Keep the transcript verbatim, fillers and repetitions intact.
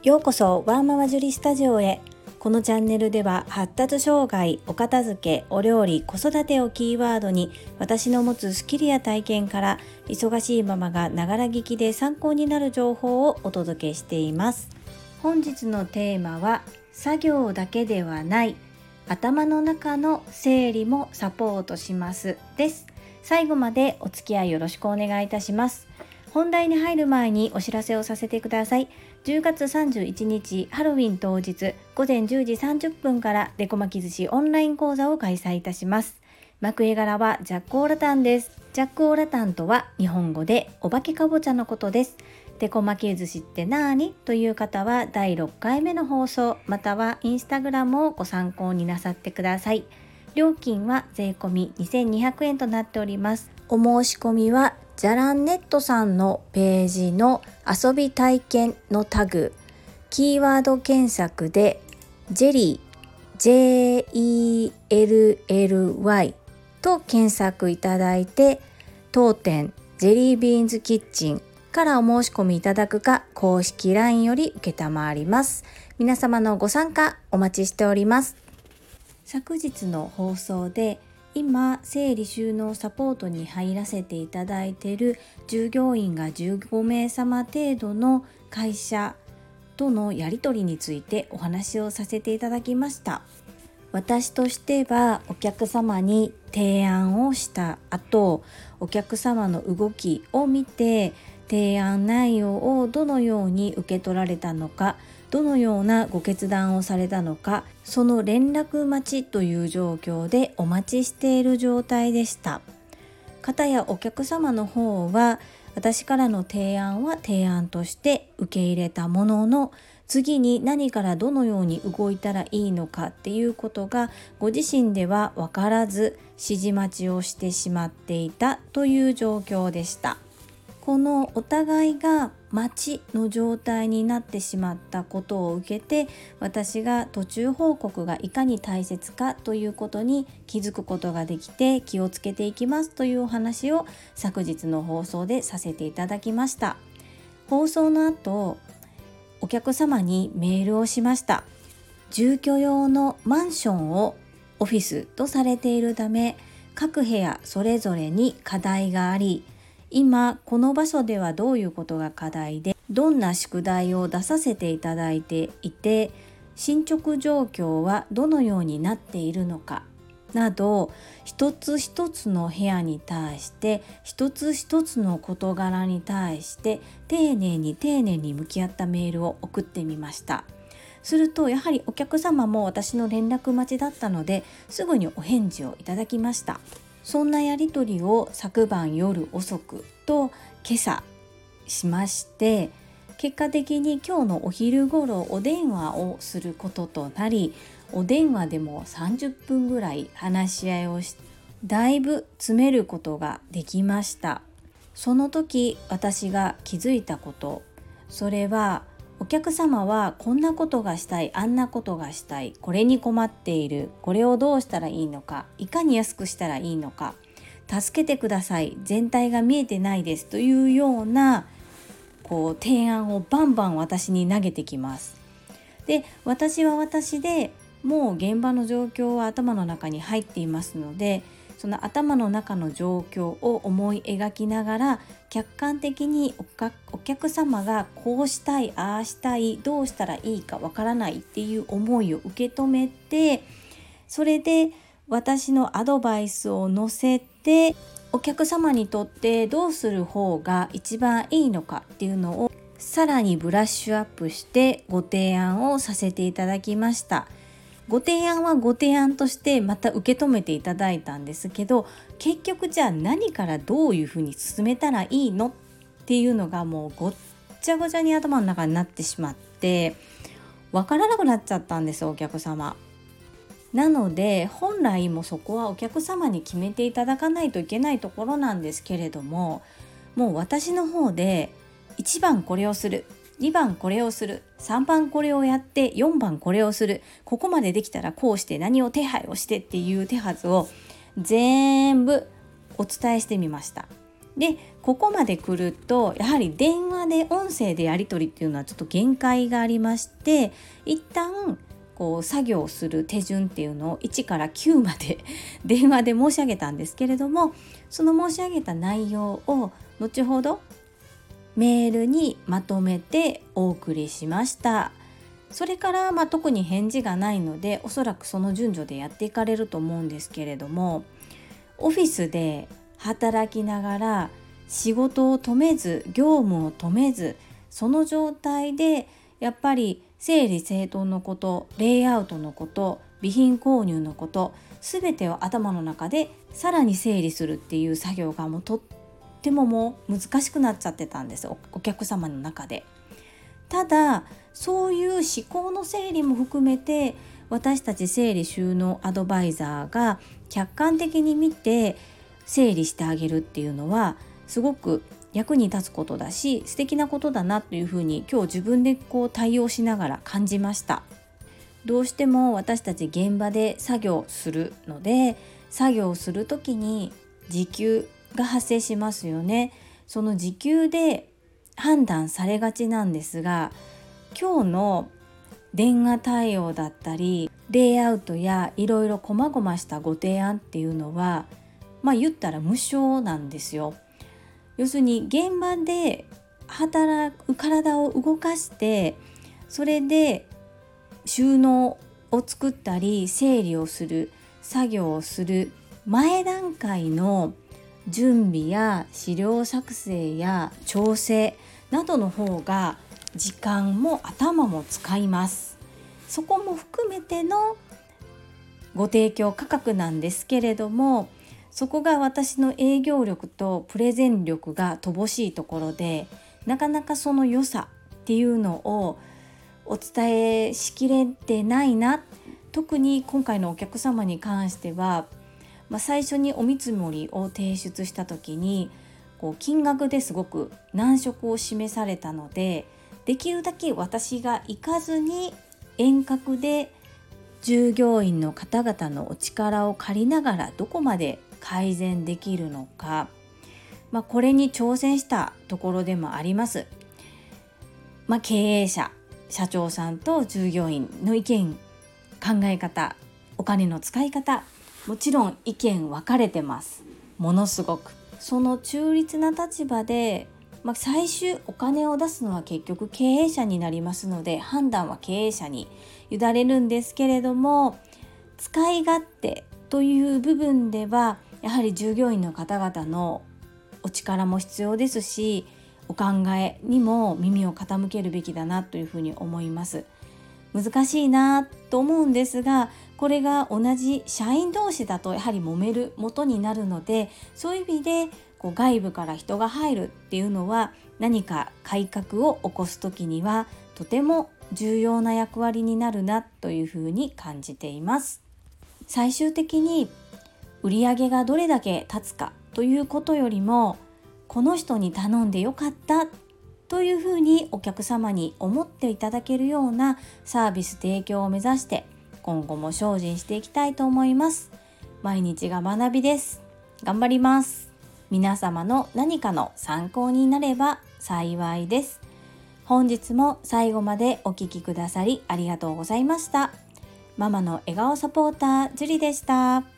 ようこそワーママジュリスタジオへ。このチャンネルでは発達障害、お片付け、お料理、子育てをキーワードに私の持つスキルや体験から忙しいママがながら聞きで参考になる情報をお届けしています。本日のテーマは作業だけではない頭の中の整理もサポートしますです。最後までお付き合いよろしくお願いいたします。本題に入る前にお知らせをさせてください。じゅうがつさんじゅういちにちハロウィン当日午前じゅうじさんじゅっぷんからデコ巻き寿司オンライン講座を開催いたします。巻く絵柄はジャックオーラタンです。ジャックオーラタンとは日本語でお化けかぼちゃのことです。デコ巻き寿司ってなーにという方はだいろっかいめの放送またはインスタグラムをご参考になさってください。料金は税込みにせんにひゃくえんとなっております。お申し込みはじゃらんネットさんのページの遊び体験のタグ、キーワード検索でジェリー ジェイエルエルワイ と検索いただいて、当店ジェリービーンズキッチンからお申し込みいただくか公式 ライン より受けたまわります。皆様のご参加お待ちしております。昨日の放送で今整理収納サポートに入らせていただいている従業員がじゅうごめいさま程度の会社とのやり取りについてお話をさせていただきました。私としてはお客様に提案をした後、お客様の動きを見て提案内容をどのように受け取られたのか、どのようなご決断をされたのか、その連絡待ちという状況でお待ちしている状態でした。かたやお客様の方は私からの提案は提案として受け入れたものの、次に何からどのように動いたらいいのかっていうことがご自身では分からず指示待ちをしてしまっていたという状況でした。このお互いが待ちの状態になってしまったことを受けて、私が途中報告がいかに大切かということに気づくことができて、気をつけていきますというお話を昨日の放送でさせていただきました。放送の後、お客様にメールをしました。住居用のマンションをオフィスとされているため、各部屋それぞれに課題があり、今この場所ではどういうことが課題で、どんな宿題を出させていただいていて、進捗状況はどのようになっているのかなど、一つ一つの部屋に対して一つ一つの事柄に対して丁寧に丁寧に向き合ったメールを送ってみました。するとやはりお客様も私の連絡待ちだったので、すぐにお返事をいただきました。そんなやり取りを昨晩夜遅くと今朝しまして、結果的に今日のお昼頃お電話をすることとなり、お電話でもさんじゅっぷんぐらい話し合いをし、だいぶ詰めることができました。その時私が気づいたこと、それはお客様はこんなことがしたい、あんなことがしたい、これに困っている、これをどうしたらいいのか、いかに安くしたらいいのか、助けてください、全体が見えてないですというようなこう提案をバンバン私に投げてきます。で、私は私でもう現場の状況は頭の中に入っていますので、その頭の中の状況を思い描きながら客観的に お, かお客様がこうしたい、ああしたい、どうしたらいいかわからないっていう思いを受け止めて、それで私のアドバイスを乗せてお客様にとってどうする方が一番いいのかっていうのをさらにブラッシュアップしてご提案をさせていただきました。ご提案はご提案としてまた受け止めていただいたんですけど、結局じゃあ何からどういうふうに進めたらいいのっていうのがもうごっちゃごちゃに頭の中になってしまってわからなくなっちゃったんですよ、お客様。なので本来もそこはお客様に決めていただかないといけないところなんですけれども、もう私の方でいちばんこれをする、にばんこれをする、さんばんこれをやってよんばんこれをする、ここまでできたらこうして何を手配をしてっていう手はずを全部お伝えしてみました。 でここまで来るとやはり電話で音声でやり取りっていうのはちょっと限界がありまして、一旦こう作業する手順っていうのをいちからきゅうまで電話で申し上げたんですけれども、その申し上げた内容を後ほどメールにまとめてお送りしました。それからまあ特に返事がないので、おそらくその順序でやっていかれると思うんですけれども、オフィスで働きながら仕事を止めず業務を止めず、その状態でやっぱり整理整頓のこと、レイアウトのこと、備品購入のこと、すべてを頭の中でさらに整理するっていう作業がもうとってももう難しくなっちゃってたんです、 お, お客様の中で。ただそういう思考の整理も含めて、私たち整理収納アドバイザーが客観的に見て整理してあげるっていうのはすごく役に立つことだし、素敵なことだなというふうに今日自分でこう対応しながら感じました。どうしても私たち現場で作業するので、作業するときに時給が発生しますよね。その時給で判断されがちなんですが、今日の電話対応だったりレイアウトやいろいろ細々したご提案っていうのは、まあ言ったら無償なんですよ。要するに現場で働く体を動かして、それで収納を作ったり整理をする作業をする前段階の準備や資料作成や調整などの方が時間も頭も使います。そこも含めてのご提供価格なんですけれども、そこが私の営業力とプレゼン力が乏しいところで、なかなかその良さっていうのをお伝えしきれてないな。特に今回のお客様に関しては、まあ、最初にお見積もりを提出した時にこう金額ですごく難色を示されたので、できるだけ私が行かずに遠隔で従業員の方々のお力を借りながらどこまで改善できるのか、まあ、これに挑戦したところでもあります。まあ、経営者、社長さんと従業員の意見、考え方、お金の使い方、もちろん意見分かれてます。ものすごくその中立な立場で、まあ、最終お金を出すのは結局経営者になりますので、判断は経営者に委ねるんですけれども、使い勝手という部分ではやはり従業員の方々のお力も必要ですし、お考えにも耳を傾けるべきだなというふうに思います。難しいなと思うんですが、これが同じ社員同士だとやはり揉める元になるので、そういう意味でこう外部から人が入るっていうのは、何か改革を起こすときにはとても重要な役割になるなというふうに感じています。最終的に売上がどれだけ立つかということよりも、この人に頼んでよかったというふうにお客様に思っていただけるようなサービス提供を目指して今後も精進していきたいと思います。毎日が学びです。頑張ります。皆様の何かの参考になれば幸いです。本日も最後までお聞きくださりありがとうございました。ママの笑顔サポータージュリでした。